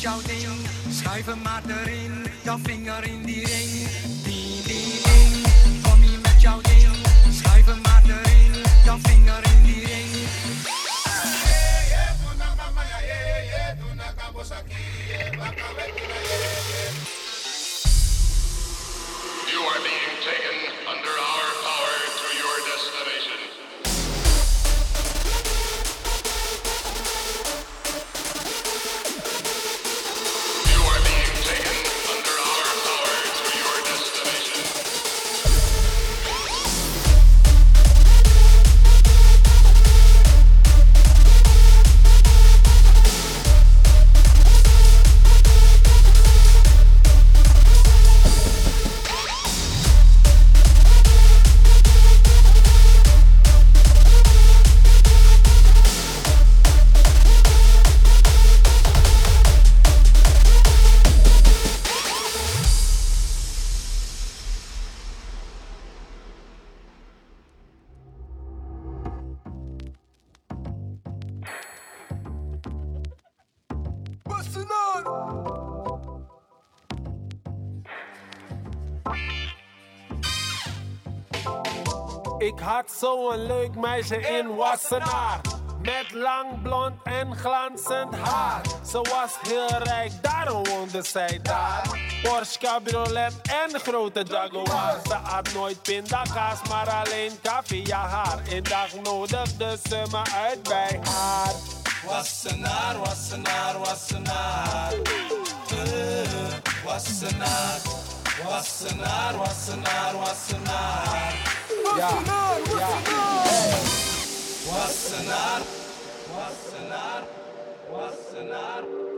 jouw ding. Schuif hem maar erin, jouw vinger in die ring. Ding, ding, ding, kom hier met jouw ding. Schuif hem maar erin, jouw vinger in die ring. You are being taken under our power to your destination. You are being taken under our power to your destination. Ik had zo'n leuk meisje in Wassenaar. Met lang blond en glanzend haar. Ze was heel rijk, daarom woonde zij daar. Porsche cabriolet en grote Jaguar. Ze had nooit pindakaas, maar alleen caviar. Een dag nodigde ze me uit bij haar. Wassenaar, Wassenaar, Wassenaar. Wassenaar, Wassenaar, Wassenaar, Wassenaar. Ja, ja. Wassenaar, Wassenaar, Wassenaar.